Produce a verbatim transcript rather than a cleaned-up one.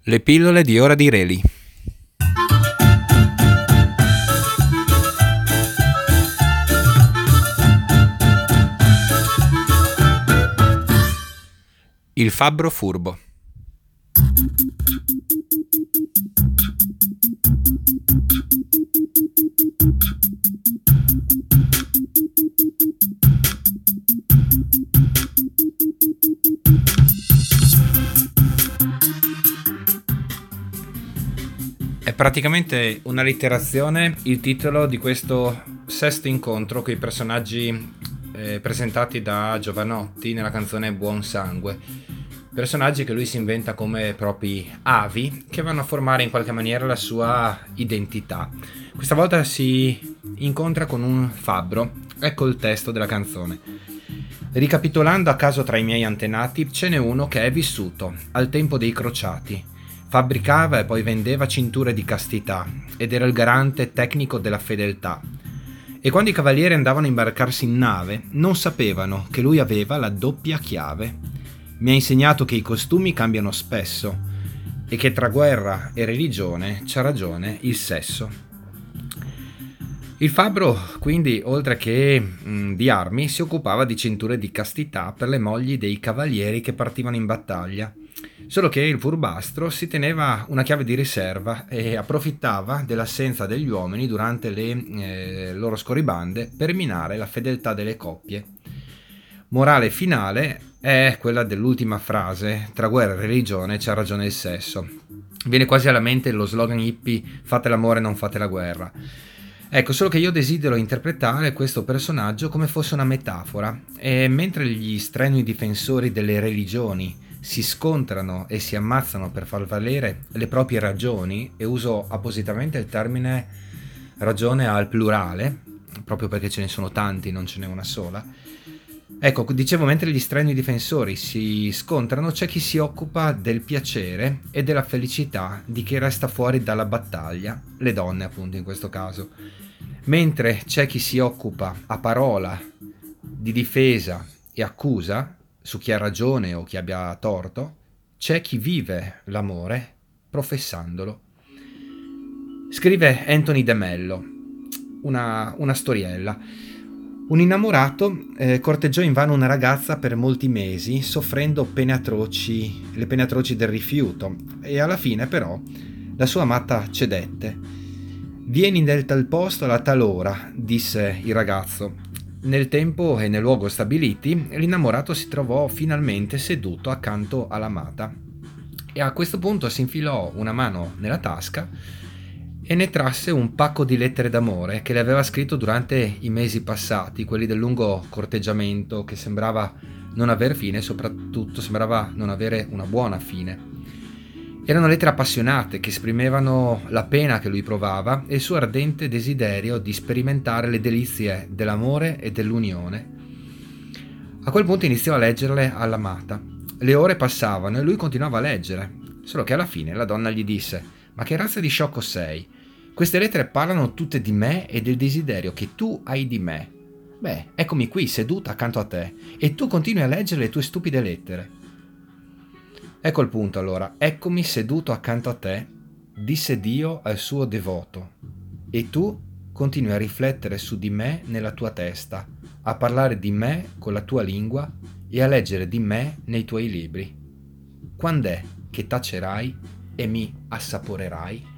Le pillole di Ora di Reli. Il fabbro furbo. È praticamente un'allitterazione il titolo di questo sesto incontro con i personaggi eh, presentati da Jovanotti nella canzone Buon Sangue. Personaggi che lui si inventa come propri avi che vanno a formare in qualche maniera la sua identità. Questa volta si incontra con un fabbro. Ecco il testo della canzone. Ricapitolando a caso tra i miei antenati, ce n'è uno che è vissuto al tempo dei crociati. Fabbricava e poi vendeva cinture di castità ed era il garante tecnico della fedeltà. E quando i cavalieri andavano a imbarcarsi in nave, non sapevano che lui aveva la doppia chiave. Mi ha insegnato che i costumi cambiano spesso e che tra guerra e religione c'ha ragione il sesso. Il fabbro, quindi, oltre che mh, di armi, si occupava di cinture di castità per le mogli dei cavalieri che partivano in battaglia. Solo che il furbastro si teneva una chiave di riserva e approfittava dell'assenza degli uomini durante le eh, loro scorribande per minare la fedeltà delle coppie. Morale finale è quella dell'ultima frase: tra guerra e religione c'ha ragione il sesso. Viene quasi alla mente lo slogan hippie: fate l'amore, non fate la guerra. Ecco, solo che io desidero interpretare questo personaggio come fosse una metafora, e mentre gli strenui difensori delle religioni si scontrano e si ammazzano per far valere le proprie ragioni, e uso appositamente il termine ragione al plurale, proprio perché ce ne sono tanti, non ce n'è una sola. Ecco, dicevo, mentre gli strenui difensori si scontrano, c'è chi si occupa del piacere e della felicità di chi resta fuori dalla battaglia, le donne appunto in questo caso. Mentre c'è chi si occupa a parola di difesa e accusa su chi ha ragione o chi abbia torto, c'è chi vive l'amore professandolo. Scrive Anthony De Mello una, una storiella. Un innamorato eh, corteggiò invano una ragazza per molti mesi, soffrendo pene atroci, le pene atroci del rifiuto, e alla fine però la sua amata cedette. Vieni nel tal posto alla tal ora, disse il ragazzo. Nel tempo e nel luogo stabiliti, l'innamorato si trovò finalmente seduto accanto all'amata, e a questo punto si infilò una mano nella tasca e ne trasse un pacco di lettere d'amore che le aveva scritto durante i mesi passati, quelli del lungo corteggiamento che sembrava non aver fine e soprattutto sembrava non avere una buona fine. Erano lettere appassionate che esprimevano la pena che lui provava e il suo ardente desiderio di sperimentare le delizie dell'amore e dell'unione. A quel punto iniziò a leggerle all'amata. Le ore passavano e lui continuava a leggere, solo che alla fine la donna gli disse: «Ma che razza di sciocco sei? Queste lettere parlano tutte di me e del desiderio che tu hai di me. Beh, eccomi qui seduta accanto a te e tu continui a leggere le tue stupide lettere». Ecco il punto allora. «Eccomi seduto accanto a te», disse Dio al suo devoto, «e tu continui a riflettere su di me nella tua testa, a parlare di me con la tua lingua e a leggere di me nei tuoi libri. Quand'è che tacerai e mi assaporerai?»